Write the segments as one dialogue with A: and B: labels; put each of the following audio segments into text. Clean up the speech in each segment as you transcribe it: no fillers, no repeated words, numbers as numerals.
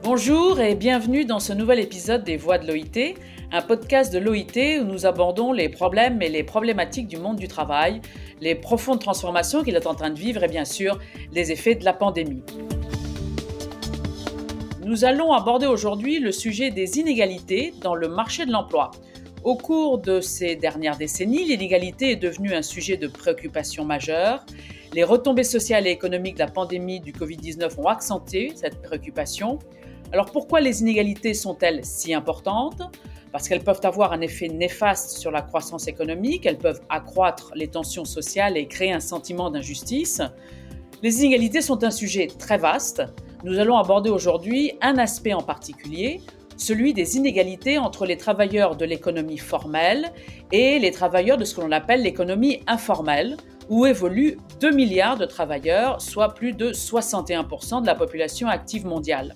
A: Bonjour et bienvenue dans ce nouvel épisode des Voix de l'OIT, un podcast de l'OIT où nous abordons les problèmes et les problématiques du monde du travail, les profondes transformations qu'il est en train de vivre et bien sûr les effets de la pandémie. Nous allons aborder aujourd'hui le sujet des inégalités dans le marché de l'emploi. Au cours de ces dernières décennies, l'inégalité est devenue un sujet de préoccupation majeure. Les retombées sociales et économiques de la pandémie du Covid-19 ont accentué cette préoccupation. Alors pourquoi les inégalités sont-elles si importantes ? Parce qu'elles peuvent avoir un effet néfaste sur la croissance économique, elles peuvent accroître les tensions sociales et créer un sentiment d'injustice. Les inégalités sont un sujet très vaste. Nous allons aborder aujourd'hui un aspect en particulier, celui des inégalités entre les travailleurs de l'économie formelle et les travailleurs de ce que l'on appelle l'économie informelle, où évoluent 2 milliards de travailleurs, soit plus de 61% de la population active mondiale.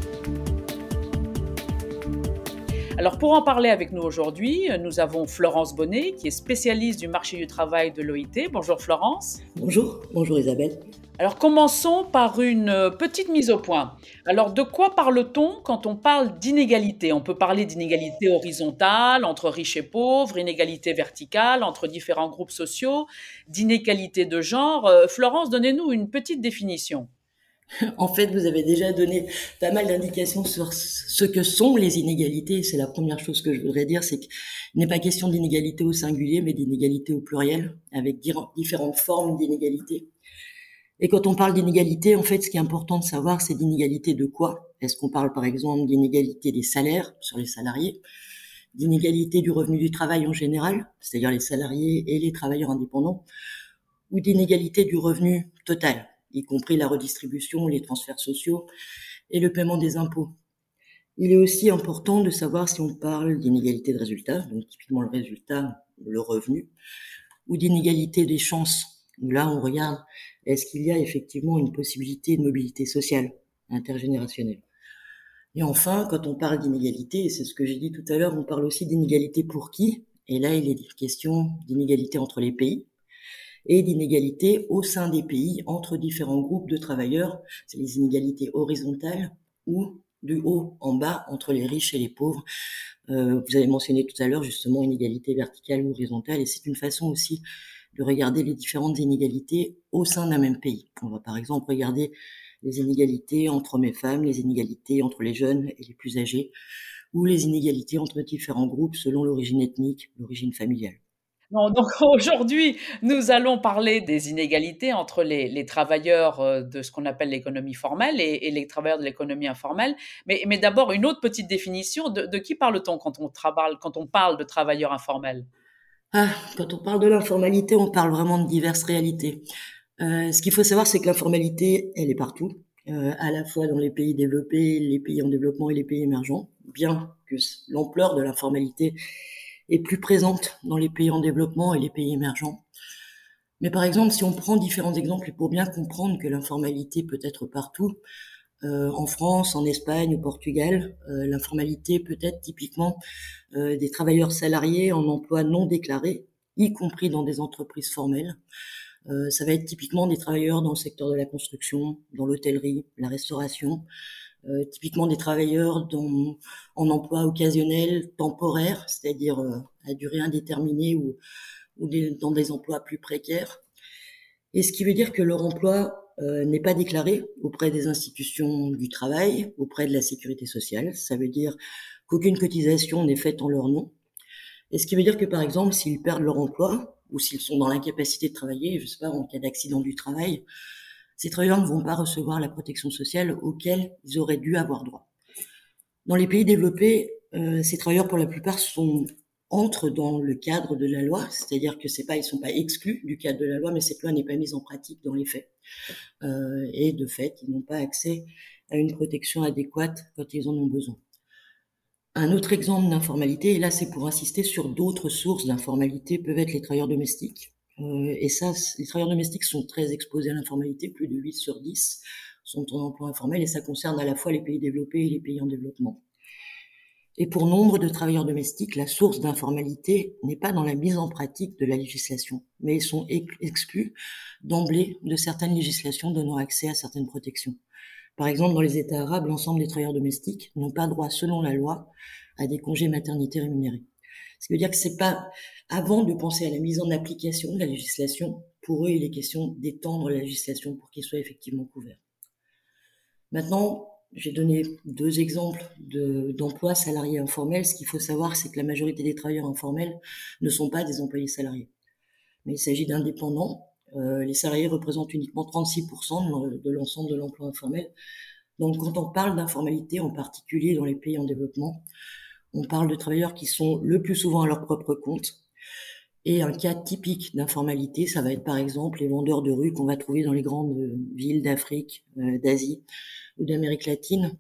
A: Alors pour en parler avec nous aujourd'hui, nous avons Florence Bonnet, qui est spécialiste du marché du travail de l'OIT. Bonjour Florence.
B: Bonjour Isabelle.
A: Alors commençons par une petite mise au point. Alors de quoi parle-t-on quand on parle d'inégalité ? On peut parler d'inégalité horizontale entre riches et pauvres, inégalité verticale entre différents groupes sociaux, d'inégalité de genre. Florence, donnez-nous une petite définition.
B: En fait, vous avez déjà donné pas mal d'indications sur ce que sont les inégalités. C'est la première chose que je voudrais dire, c'est qu'il n'est pas question d'inégalité au singulier, mais d'inégalité au pluriel, avec différentes formes d'inégalité. Et quand on parle d'inégalité, en fait, ce qui est important de savoir, c'est d'inégalité de quoi ? Est-ce qu'on parle, par exemple, d'inégalité des salaires sur les salariés, d'inégalité du revenu du travail en général, c'est-à-dire les salariés et les travailleurs indépendants, ou d'inégalité du revenu total, y compris la redistribution, les transferts sociaux et le paiement des impôts. Il est aussi important de savoir si on parle d'inégalité de résultats, donc typiquement le résultat, le revenu, ou d'inégalité des chances, où là on regarde est-ce qu'il y a effectivement une possibilité de mobilité sociale, intergénérationnelle. Et enfin, quand on parle d'inégalité, et c'est ce que j'ai dit tout à l'heure, on parle aussi d'inégalité pour qui ? Et là, il est question d'inégalité entre les pays, et d'inégalités au sein des pays entre différents groupes de travailleurs. C'est les inégalités horizontales ou du haut en bas entre les riches et les pauvres. Vous avez mentionné tout à l'heure justement inégalité verticale ou horizontale, et c'est une façon aussi de regarder les différentes inégalités au sein d'un même pays. On va par exemple regarder les inégalités entre hommes et femmes, les inégalités entre les jeunes et les plus âgés, ou les inégalités entre différents groupes selon l'origine ethnique, l'origine familiale.
A: Non, donc aujourd'hui, nous allons parler des inégalités entre les travailleurs de ce qu'on appelle l'économie formelle et les travailleurs de l'économie informelle. Mais d'abord, une autre petite définition, de qui parle-t-on quand on parle de travailleurs informels ?
B: Quand on parle de l'informalité, on parle vraiment de diverses réalités. Ce qu'il faut savoir, c'est que l'informalité, elle est partout, à la fois dans les pays développés, les pays en développement et les pays émergents, bien que l'ampleur de l'informalité est plus présente dans les pays en développement et les pays émergents. Mais par exemple, si on prend différents exemples, et pour bien comprendre que l'informalité peut être partout, en France, en Espagne, au Portugal, l'informalité peut être typiquement des travailleurs salariés en emploi non déclaré, y compris dans des entreprises formelles. Ça va être typiquement des travailleurs dans le secteur de la construction, dans l'hôtellerie, la restauration, typiquement des travailleurs en emploi occasionnel, temporaire, c'est-à-dire à durée indéterminée ou dans des emplois plus précaires. Et ce qui veut dire que leur emploi n'est pas déclaré auprès des institutions du travail, auprès de la sécurité sociale. Ça veut dire qu'aucune cotisation n'est faite en leur nom. Et ce qui veut dire que, par exemple, s'ils perdent leur emploi ou s'ils sont dans l'incapacité de travailler, je sais pas, en cas d'accident du travail, ces travailleurs ne vont pas recevoir la protection sociale auquel ils auraient dû avoir droit. Dans les pays développés, ces travailleurs, pour la plupart, entrent dans le cadre de la loi, c'est-à-dire que ils sont pas exclus du cadre de la loi, mais cette loi n'est pas mise en pratique dans les faits. Et de fait, ils n'ont pas accès à une protection adéquate quand ils en ont besoin. Un autre exemple d'informalité, et là c'est pour insister sur d'autres sources d'informalité, peuvent être les travailleurs domestiques. Et ça, les travailleurs domestiques sont très exposés à l'informalité, plus de 8 sur 10 sont en emploi informel, et ça concerne à la fois les pays développés et les pays en développement. Et pour nombre de travailleurs domestiques, la source d'informalité n'est pas dans la mise en pratique de la législation, mais ils sont exclus d'emblée de certaines législations donnant accès à certaines protections. Par exemple, dans les États arabes, l'ensemble des travailleurs domestiques n'ont pas droit, selon la loi, à des congés maternité rémunérés. Ce qui veut dire que c'est pas, avant de penser à la mise en application de la législation, pour eux, il est question d'étendre la législation pour qu'ils soient effectivement couverts. Maintenant, j'ai donné 2 exemples d'emplois salariés informels. Ce qu'il faut savoir, c'est que la majorité des travailleurs informels ne sont pas des employés salariés. Mais il s'agit d'indépendants. Les salariés représentent uniquement 36% de l'ensemble de l'emploi informel. Donc, quand on parle d'informalité, en particulier dans les pays en développement, on parle de travailleurs qui sont le plus souvent à leur propre compte. Et un cas typique d'informalité, ça va être par exemple les vendeurs de rue qu'on va trouver dans les grandes villes d'Afrique, d'Asie ou d'Amérique latine.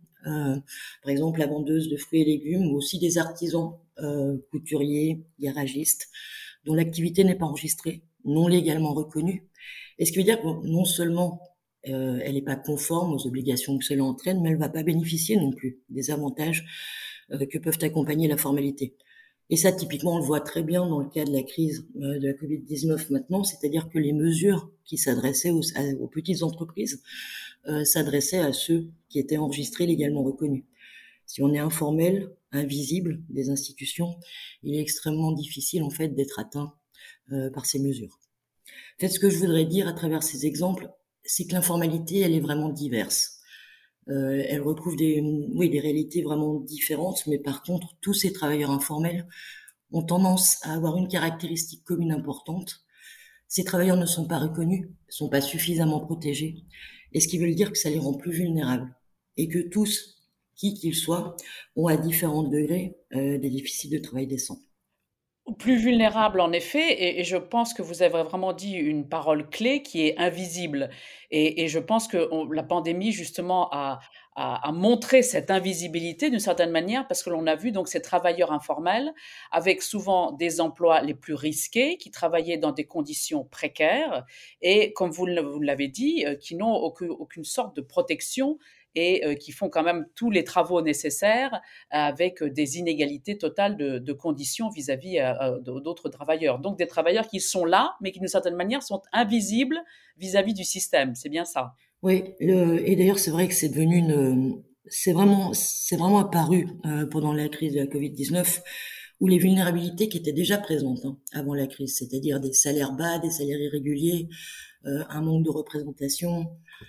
B: Par exemple, la vendeuse de fruits et légumes, ou aussi des artisans, couturiers, garagistes, dont l'activité n'est pas enregistrée, non légalement reconnue. Et ce qui veut dire que non seulement elle n'est pas conforme aux obligations que cela entraîne, mais elle ne va pas bénéficier non plus des avantages que peuvent accompagner la formalité. Et ça, typiquement, on le voit très bien dans le cas de la crise de la Covid-19 maintenant, c'est-à-dire que les mesures qui s'adressaient aux petites entreprises s'adressaient à ceux qui étaient enregistrés, légalement reconnus. Si on est informel, invisible des institutions, il est extrêmement difficile en fait d'être atteint par ces mesures. En fait, ce que je voudrais dire à travers ces exemples, c'est que l'informalité, elle est vraiment diverse. Elle retrouve des réalités vraiment différentes, mais par contre, tous ces travailleurs informels ont tendance à avoir une caractéristique commune importante. Ces travailleurs ne sont pas reconnus, ne sont pas suffisamment protégés, et ce qui veut dire que ça les rend plus vulnérables, et que tous, qui qu'ils soient, ont à différents degrés des déficits de travail décents.
A: Plus vulnérable en effet, et je pense que vous avez vraiment dit une parole clé qui est invisible. Et je pense que la pandémie justement a montré cette invisibilité d'une certaine manière, parce que l'on a vu donc ces travailleurs informels avec souvent des emplois les plus risqués, qui travaillaient dans des conditions précaires et, comme vous l'avez dit, qui n'ont aucune sorte de protection et qui font quand même tous les travaux nécessaires avec des inégalités totales de conditions vis-à-vis d'autres travailleurs. Donc des travailleurs qui sont là, mais qui d'une certaine manière sont invisibles vis-à-vis du système. C'est bien ça.
B: Oui, et d'ailleurs c'est vrai que c'est vraiment apparu pendant la crise de la Covid-19, où les vulnérabilités qui étaient déjà présentes avant la crise, c'est-à-dire des salaires bas, des salaires irréguliers, un manque de représentation,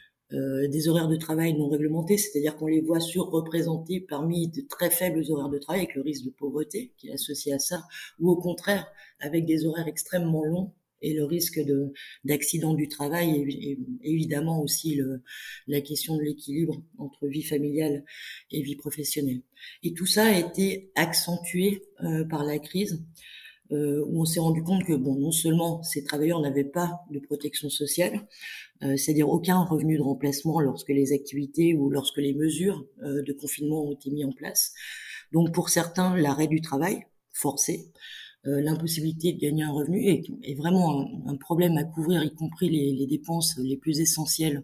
B: des horaires de travail non réglementés, c'est-à-dire qu'on les voit surreprésentés parmi de très faibles horaires de travail, avec le risque de pauvreté qui est associé à ça, ou au contraire avec des horaires extrêmement longs et le risque d'accident du travail, et évidemment aussi la question de l'équilibre entre vie familiale et vie professionnelle. Et tout ça a été accentué par la crise, où on s'est rendu compte que non seulement ces travailleurs n'avaient pas de protection sociale, c'est-à-dire aucun revenu de remplacement lorsque les activités ou lorsque les mesures de confinement ont été mises en place. Donc pour certains, l'arrêt du travail forcé, l'impossibilité de gagner un revenu est vraiment un problème à couvrir, y compris les dépenses les plus essentielles,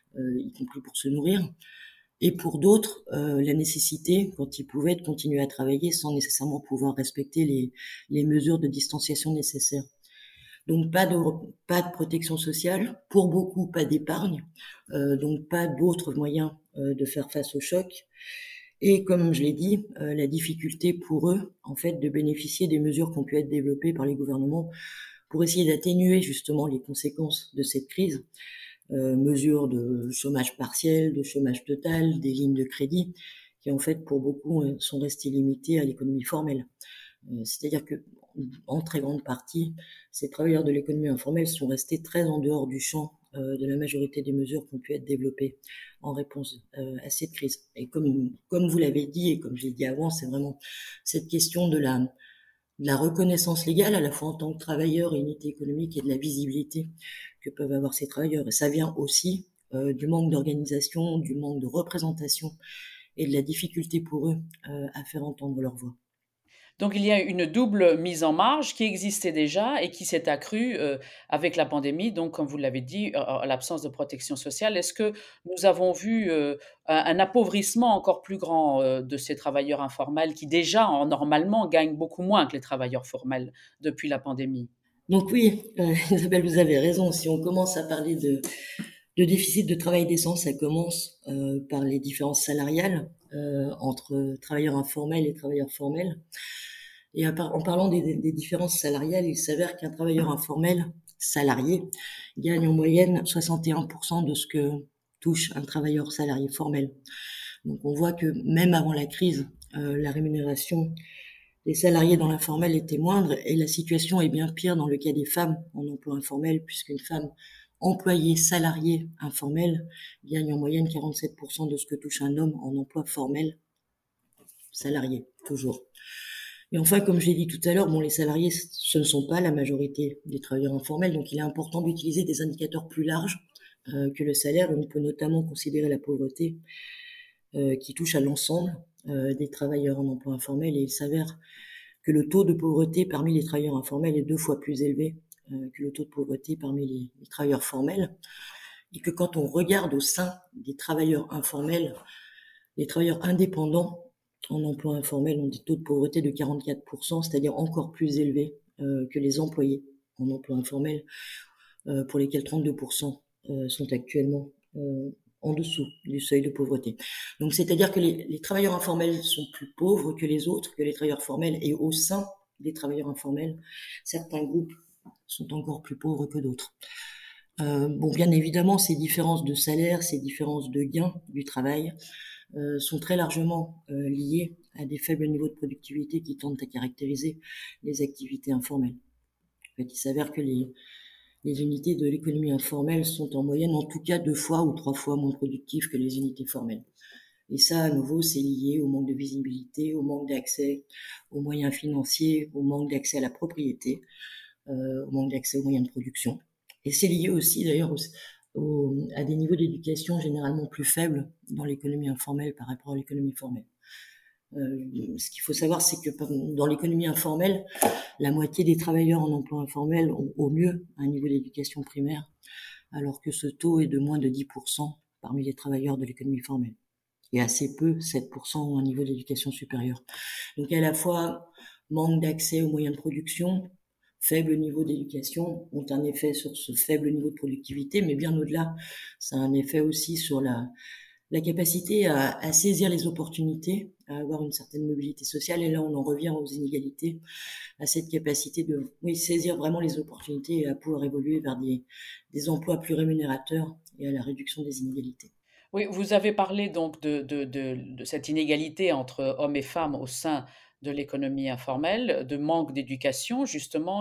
B: y compris pour se nourrir. Et pour d'autres, la nécessité, quand ils pouvaient, de continuer à travailler sans nécessairement pouvoir respecter les mesures de distanciation nécessaires. Donc pas de protection sociale, pour beaucoup pas d'épargne, donc pas d'autres moyens de faire face au choc. Et comme je l'ai dit, la difficulté pour eux, en fait, de bénéficier des mesures qui ont pu être développées par les gouvernements pour essayer d'atténuer justement les conséquences de cette crise. Mesures de chômage partiel, de chômage total, des lignes de crédit, qui en fait pour beaucoup sont restées limitées à l'économie formelle. C'est-à-dire que en très grande partie, ces travailleurs de l'économie informelle sont restés très en dehors du champ de la majorité des mesures qui ont pu être développées en réponse à cette crise. Et comme vous l'avez dit et comme j'ai dit avant, c'est vraiment cette question de la reconnaissance légale, à la fois en tant que travailleur et unité économique, et de la visibilité que peuvent avoir ces travailleurs. Et ça vient aussi du manque d'organisation, du manque de représentation et de la difficulté pour eux à faire entendre leur voix.
A: Donc il y a une double mise en marge qui existait déjà et qui s'est accrue avec la pandémie, donc comme vous l'avez dit, l'absence de protection sociale. Est-ce que nous avons vu un appauvrissement encore plus grand de ces travailleurs informels qui déjà, normalement, gagnent beaucoup moins que les travailleurs formels depuis la pandémie?
B: Donc oui, Isabelle, vous avez raison. Si on commence à parler de déficit de travail décent. Ça commence par les différences salariales entre travailleurs informels et travailleurs formels. Et en parlant des différences salariales, il s'avère qu'un travailleur informel salarié gagne en moyenne 61% de ce que touche un travailleur salarié formel. Donc on voit que même avant la crise, la rémunération des salariés dans l'informel était moindre, et la situation est bien pire dans le cas des femmes en emploi informel, puisqu'une femme employée salariée informelle gagne en moyenne 47% de ce que touche un homme en emploi formel salarié, toujours. Et enfin, comme je l'ai dit tout à l'heure, les salariés, ce ne sont pas la majorité des travailleurs informels, donc il est important d'utiliser des indicateurs plus larges que le salaire. On peut notamment considérer la pauvreté qui touche à l'ensemble des travailleurs en emploi informel, et il s'avère que le taux de pauvreté parmi les travailleurs informels est 2 fois plus élevé que le taux de pauvreté parmi les travailleurs formels, et que quand on regarde au sein des travailleurs informels, les travailleurs indépendants en emploi informel ont des taux de pauvreté de 44%, c'est-à-dire encore plus élevés que les employés en emploi informel, pour lesquels 32% sont actuellement en dessous du seuil de pauvreté. Donc, c'est-à-dire que les travailleurs informels sont plus pauvres que les autres, que les travailleurs formels, et au sein des travailleurs informels, certains groupes sont encore plus pauvres que d'autres. Bien évidemment, ces différences de salaire, ces différences de gains du travail sont très largement liées à des faibles niveaux de productivité qui tendent à caractériser les activités informelles. En fait, il s'avère que les unités de l'économie informelle sont en moyenne en tout cas 2 fois ou 3 fois moins productives que les unités formelles. Et ça, à nouveau, c'est lié au manque de visibilité, au manque d'accès aux moyens financiers, au manque d'accès à la propriété, au manque d'accès aux moyens de production. Et c'est lié aussi d'ailleurs à des niveaux d'éducation généralement plus faibles dans l'économie informelle par rapport à l'économie formelle. Ce qu'il faut savoir, c'est que dans l'économie informelle, la moitié des travailleurs en emploi informel ont au mieux un niveau d'éducation primaire, alors que ce taux est de moins de 10% parmi les travailleurs de l'économie formelle. Et assez peu, 7%, ont un niveau d'éducation supérieur. Donc à la fois, manque d'accès aux moyens de production, faible niveau d'éducation ont un effet sur ce faible niveau de productivité, mais bien au-delà, ça a un effet aussi sur la capacité à saisir les opportunités, à avoir une certaine mobilité sociale. Et là, on en revient aux inégalités, à cette capacité de saisir vraiment les opportunités et à pouvoir évoluer vers des emplois plus rémunérateurs et à la réduction des inégalités.
A: Oui, vous avez parlé donc de cette inégalité entre hommes et femmes au sein de l'économie informelle, de manque d'éducation justement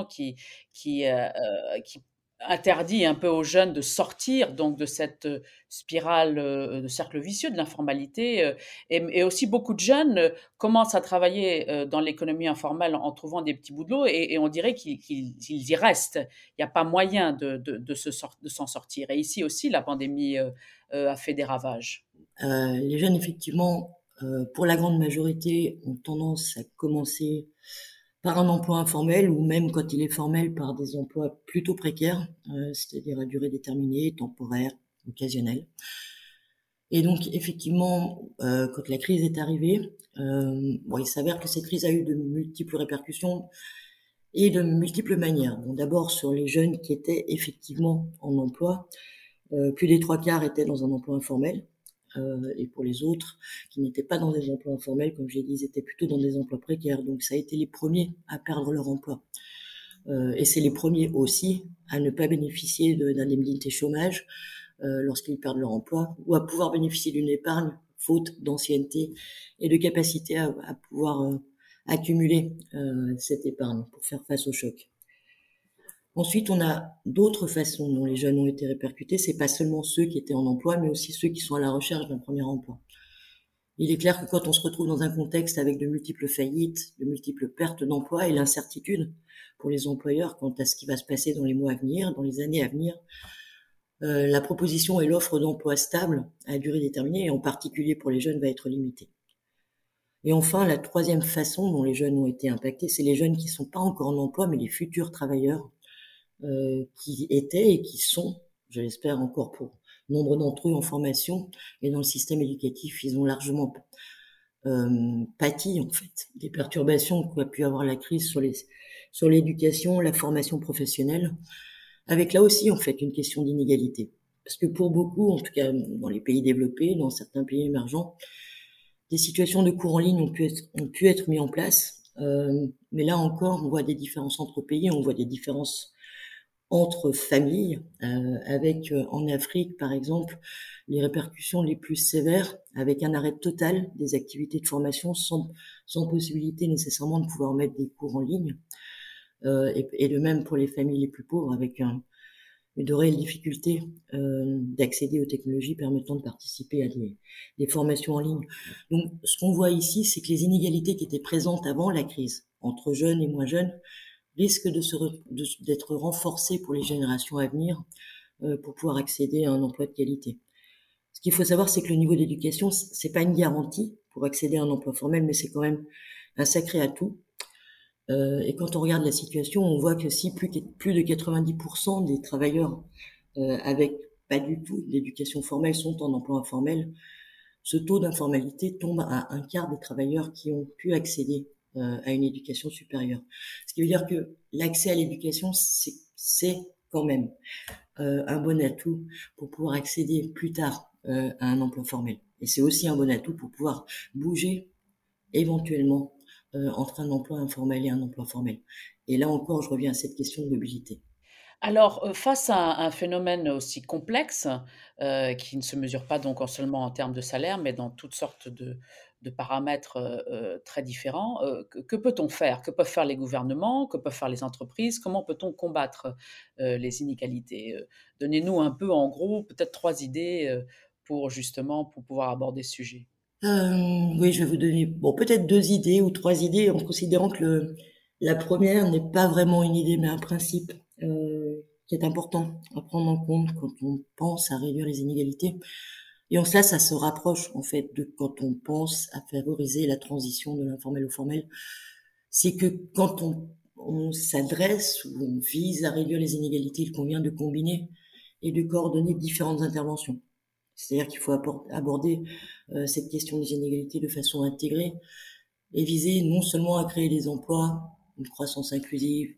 A: qui interdit un peu aux jeunes de sortir donc de cette spirale, de cercle vicieux de l'informalité, et aussi beaucoup de jeunes commencent à travailler dans l'économie informelle en trouvant des petits boulots, et on dirait qu'ils y restent. Il n'y a pas moyen de s'en sortir. Et ici aussi, la pandémie a fait des ravages.
B: Les jeunes, effectivement, pour la grande majorité, ont tendance à commencer par un emploi informel, ou même quand il est formel, par des emplois plutôt précaires, c'est-à-dire à durée déterminée, temporaire, occasionnelle. Et donc, effectivement, quand la crise est arrivée, il s'avère que cette crise a eu de multiples répercussions et de multiples manières. Bon, d'abord, sur les jeunes qui étaient effectivement en emploi, plus des 3/4 étaient dans un emploi informel. Et pour les autres qui n'étaient pas dans des emplois informels, comme je l'ai dit, ils étaient plutôt dans des emplois précaires. Donc ça a été les premiers à perdre leur emploi. Et c'est les premiers aussi à ne pas bénéficier d'indemnité chômage lorsqu'ils perdent leur emploi, ou à pouvoir bénéficier d'une épargne, faute d'ancienneté et de capacité à pouvoir accumuler cette épargne pour faire face au choc. Ensuite, on a d'autres façons dont les jeunes ont été répercutés. C'est pas seulement ceux qui étaient en emploi, mais aussi ceux qui sont à la recherche d'un premier emploi. Il est clair que quand on se retrouve dans un contexte avec de multiples faillites, de multiples pertes d'emploi et l'incertitude pour les employeurs quant à ce qui va se passer dans les mois à venir, dans les années à venir, la proposition et l'offre d'emploi stable à durée déterminée, et en particulier pour les jeunes, va être limitée. Et enfin, la troisième façon dont les jeunes ont été impactés, c'est les jeunes qui sont pas encore en emploi, mais les futurs travailleurs, qui étaient et qui sont, je l'espère encore pour nombre d'entre eux, en formation et dans le système éducatif. Ils ont largement pâti en fait des perturbations qu'a pu avoir la crise sur l'éducation, la formation professionnelle, avec là aussi en fait une question d'inégalité. Parce que pour beaucoup, en tout cas dans les pays développés, dans certains pays émergents, des situations de cours en ligne ont pu être mis en place. Mais là encore, on voit des différences entre pays, on voit des différences entre familles, avec en Afrique par exemple les répercussions les plus sévères, avec un arrêt total des activités de formation sans possibilité nécessairement de pouvoir mettre des cours en ligne, et de même pour les familles les plus pauvres, avec de réelles difficultés d'accéder aux technologies permettant de participer à des formations en ligne. Donc ce qu'on voit ici, c'est que les inégalités qui étaient présentes avant la crise entre jeunes et moins jeunes risque d'être renforcé pour les générations à venir, pour pouvoir accéder à un emploi de qualité. Ce qu'il faut savoir, c'est que le niveau d'éducation, c'est pas une garantie pour accéder à un emploi formel, mais c'est quand même un sacré atout. Et quand on regarde la situation, on voit que si plus de 90% des travailleurs avec pas du tout d'éducation formelle sont en emploi informel, ce taux d'informalité tombe à un quart des travailleurs qui ont pu accéder à une éducation supérieure. Ce qui veut dire que l'accès à l'éducation, c'est quand même un bon atout pour pouvoir accéder plus tard à un emploi formel. Et c'est aussi un bon atout pour pouvoir bouger éventuellement entre un emploi informel et un emploi formel. Et là encore, je reviens à cette question de mobilité.
A: Alors, face à un phénomène aussi complexe, qui ne se mesure pas donc seulement en termes de salaire, mais dans toutes sortes de paramètres, très différents, que peut-on faire? Que peuvent faire les gouvernements? Que peuvent faire les entreprises? Comment peut-on combattre, les inégalités? Donnez-nous un peu, en gros, peut-être 3 idées, pour pouvoir aborder ce sujet.
B: Oui, je vais vous donner peut-être 2 idées ou 3 idées, en considérant que la première n'est pas vraiment une idée, mais un principe qui est important à prendre en compte quand on pense à réduire les inégalités. Et en cela, ça se rapproche en fait de quand on pense à favoriser la transition de l'informel au formel. C'est que quand on s'adresse ou on vise à réduire les inégalités, il convient de combiner et de coordonner différentes interventions. C'est-à-dire qu'il faut aborder cette question des inégalités de façon intégrée et viser non seulement à créer des emplois, une croissance inclusive,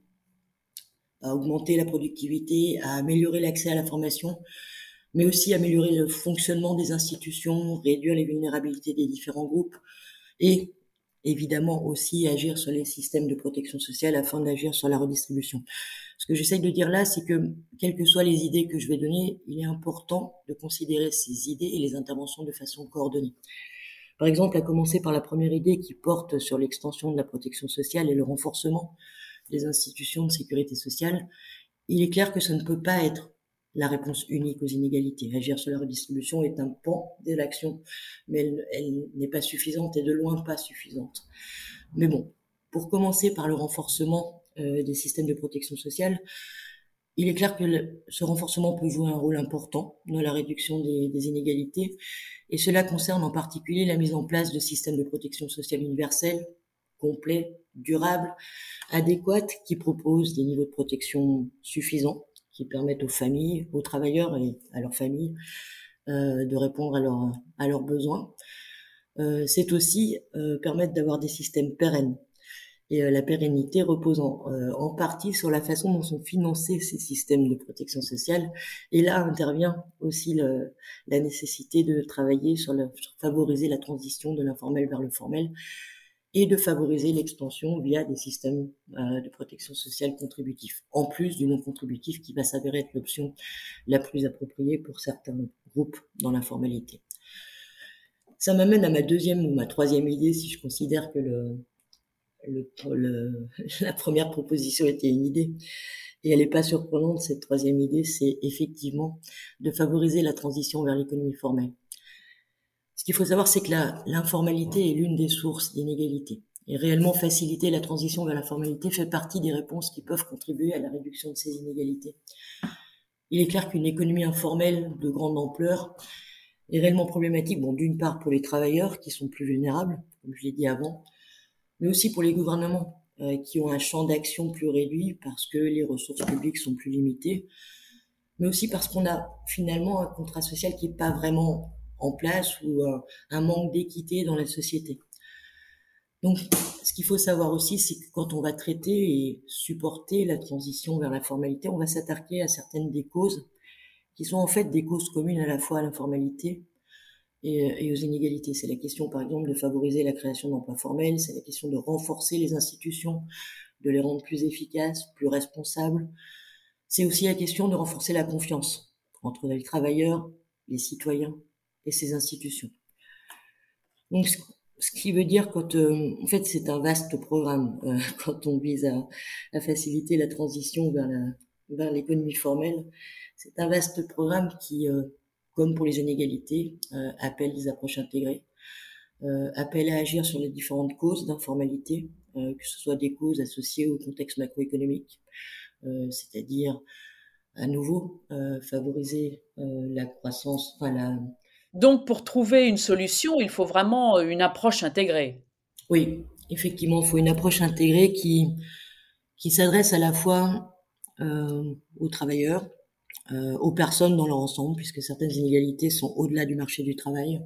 B: à augmenter la productivité, à améliorer l'accès à la formation, mais aussi améliorer le fonctionnement des institutions, réduire les vulnérabilités des différents groupes et évidemment aussi agir sur les systèmes de protection sociale afin d'agir sur la redistribution. Ce que j'essaye de dire là, c'est que quelles que soient les idées que je vais donner, il est important de considérer ces idées et les interventions de façon coordonnée. Par exemple, à commencer par la première idée qui porte sur l'extension de la protection sociale et le renforcement des institutions de sécurité sociale, il est clair que ça ne peut pas être la réponse unique aux inégalités. Agir sur la redistribution est un pan de l'action, mais elle n'est pas suffisante et de loin pas suffisante. Mais bon, pour commencer par le renforcement des systèmes de protection sociale, il est clair que ce renforcement peut jouer un rôle important dans la réduction des inégalités, et cela concerne en particulier la mise en place de systèmes de protection sociale universels, complets, durables, adéquats, qui proposent des niveaux de protection suffisants, qui permettent aux familles, aux travailleurs et à leurs familles de répondre à leurs besoins. C'est aussi permettre d'avoir des systèmes pérennes. Et la pérennité repose en partie sur la façon dont sont financés ces systèmes de protection sociale. Et là intervient aussi la nécessité de travailler sur favoriser la transition de l'informel vers le formel et de favoriser l'extension via des systèmes de protection sociale contributifs, en plus du non contributif qui va s'avérer être l'option la plus appropriée pour certains groupes dans l'informalité. Ça m'amène à ma deuxième ou ma troisième idée, si je considère que la première proposition était une idée. Et elle n'est pas surprenante, cette troisième idée, c'est effectivement de favoriser la transition vers l'économie formelle. Ce qu'il faut savoir, c'est que l'informalité est l'une des sources d'inégalité. Et réellement faciliter la transition vers la formalité fait partie des réponses qui peuvent contribuer à la réduction de ces inégalités. Il est clair qu'une économie informelle de grande ampleur est réellement problématique, d'une part pour les travailleurs qui sont plus vulnérables, comme je l'ai dit avant, mais aussi pour les gouvernements qui ont un champ d'action plus réduit parce que les ressources publiques sont plus limitées, mais aussi parce qu'on a finalement un contrat social qui n'est pas vraiment en place ou un manque d'équité dans la société. Donc, ce qu'il faut savoir aussi, c'est que quand on va traiter et supporter la transition vers la formalité, on va s'attaquer à certaines des causes qui sont en fait des causes communes à la fois à l'informalité et aux inégalités. C'est la question, par exemple, de favoriser la création d'emplois formels, c'est la question de renforcer les institutions, de les rendre plus efficaces, plus responsables. C'est aussi la question de renforcer la confiance entre les travailleurs, les citoyens et ces institutions. Donc, ce qui veut dire en fait, c'est un vaste programme quand on vise à faciliter la transition vers l'économie formelle. C'est un vaste programme qui, comme pour les inégalités, appelle des approches intégrées, appelle à agir sur les différentes causes d'informalité, que ce soit des causes associées au contexte macroéconomique, c'est-à-dire à nouveau favoriser la croissance,
A: Donc, pour trouver une solution, il faut vraiment une approche intégrée.
B: Oui, effectivement, il faut une approche intégrée qui s'adresse à la fois aux travailleurs, aux personnes dans leur ensemble, puisque certaines inégalités sont au-delà du marché du travail.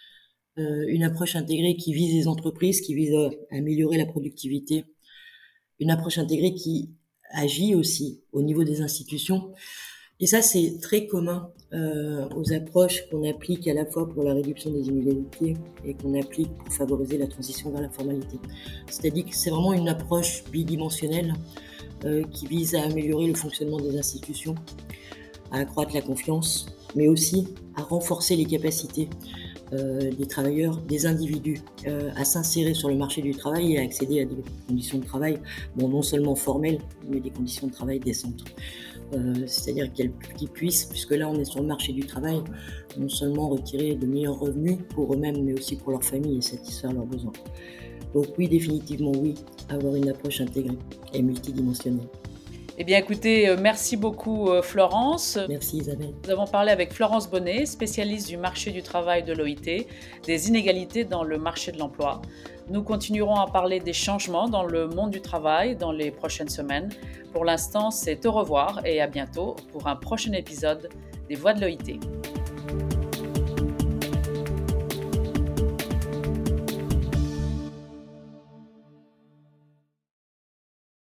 B: Une approche intégrée qui vise les entreprises, qui vise à améliorer la productivité. Une approche intégrée qui agit aussi au niveau des institutions. Et ça, c'est très commun aux approches qu'on applique à la fois pour la réduction des inégalités et qu'on applique pour favoriser la transition vers la formalité. C'est-à-dire que c'est vraiment une approche bidimensionnelle qui vise à améliorer le fonctionnement des institutions, à accroître la confiance, mais aussi à renforcer les capacités des travailleurs, des individus, à s'insérer sur le marché du travail et à accéder à des conditions de travail, non seulement formelles, mais des conditions de travail décentes. C'est-à-dire qu'ils puissent, puisque là on est sur le marché du travail, non seulement retirer de meilleurs revenus pour eux-mêmes, mais aussi pour leur famille et satisfaire leurs besoins. Donc oui, définitivement oui, avoir une approche intégrée et multidimensionnelle.
A: Eh bien écoutez, merci beaucoup Florence.
B: Merci Isabelle.
A: Nous avons parlé avec Florence Bonnet, spécialiste du marché du travail de l'OIT, des inégalités dans le marché de l'emploi. Nous continuerons à parler des changements dans le monde du travail dans les prochaines semaines. Pour l'instant, c'est au revoir et à bientôt pour un prochain épisode des Voix de l'OIT.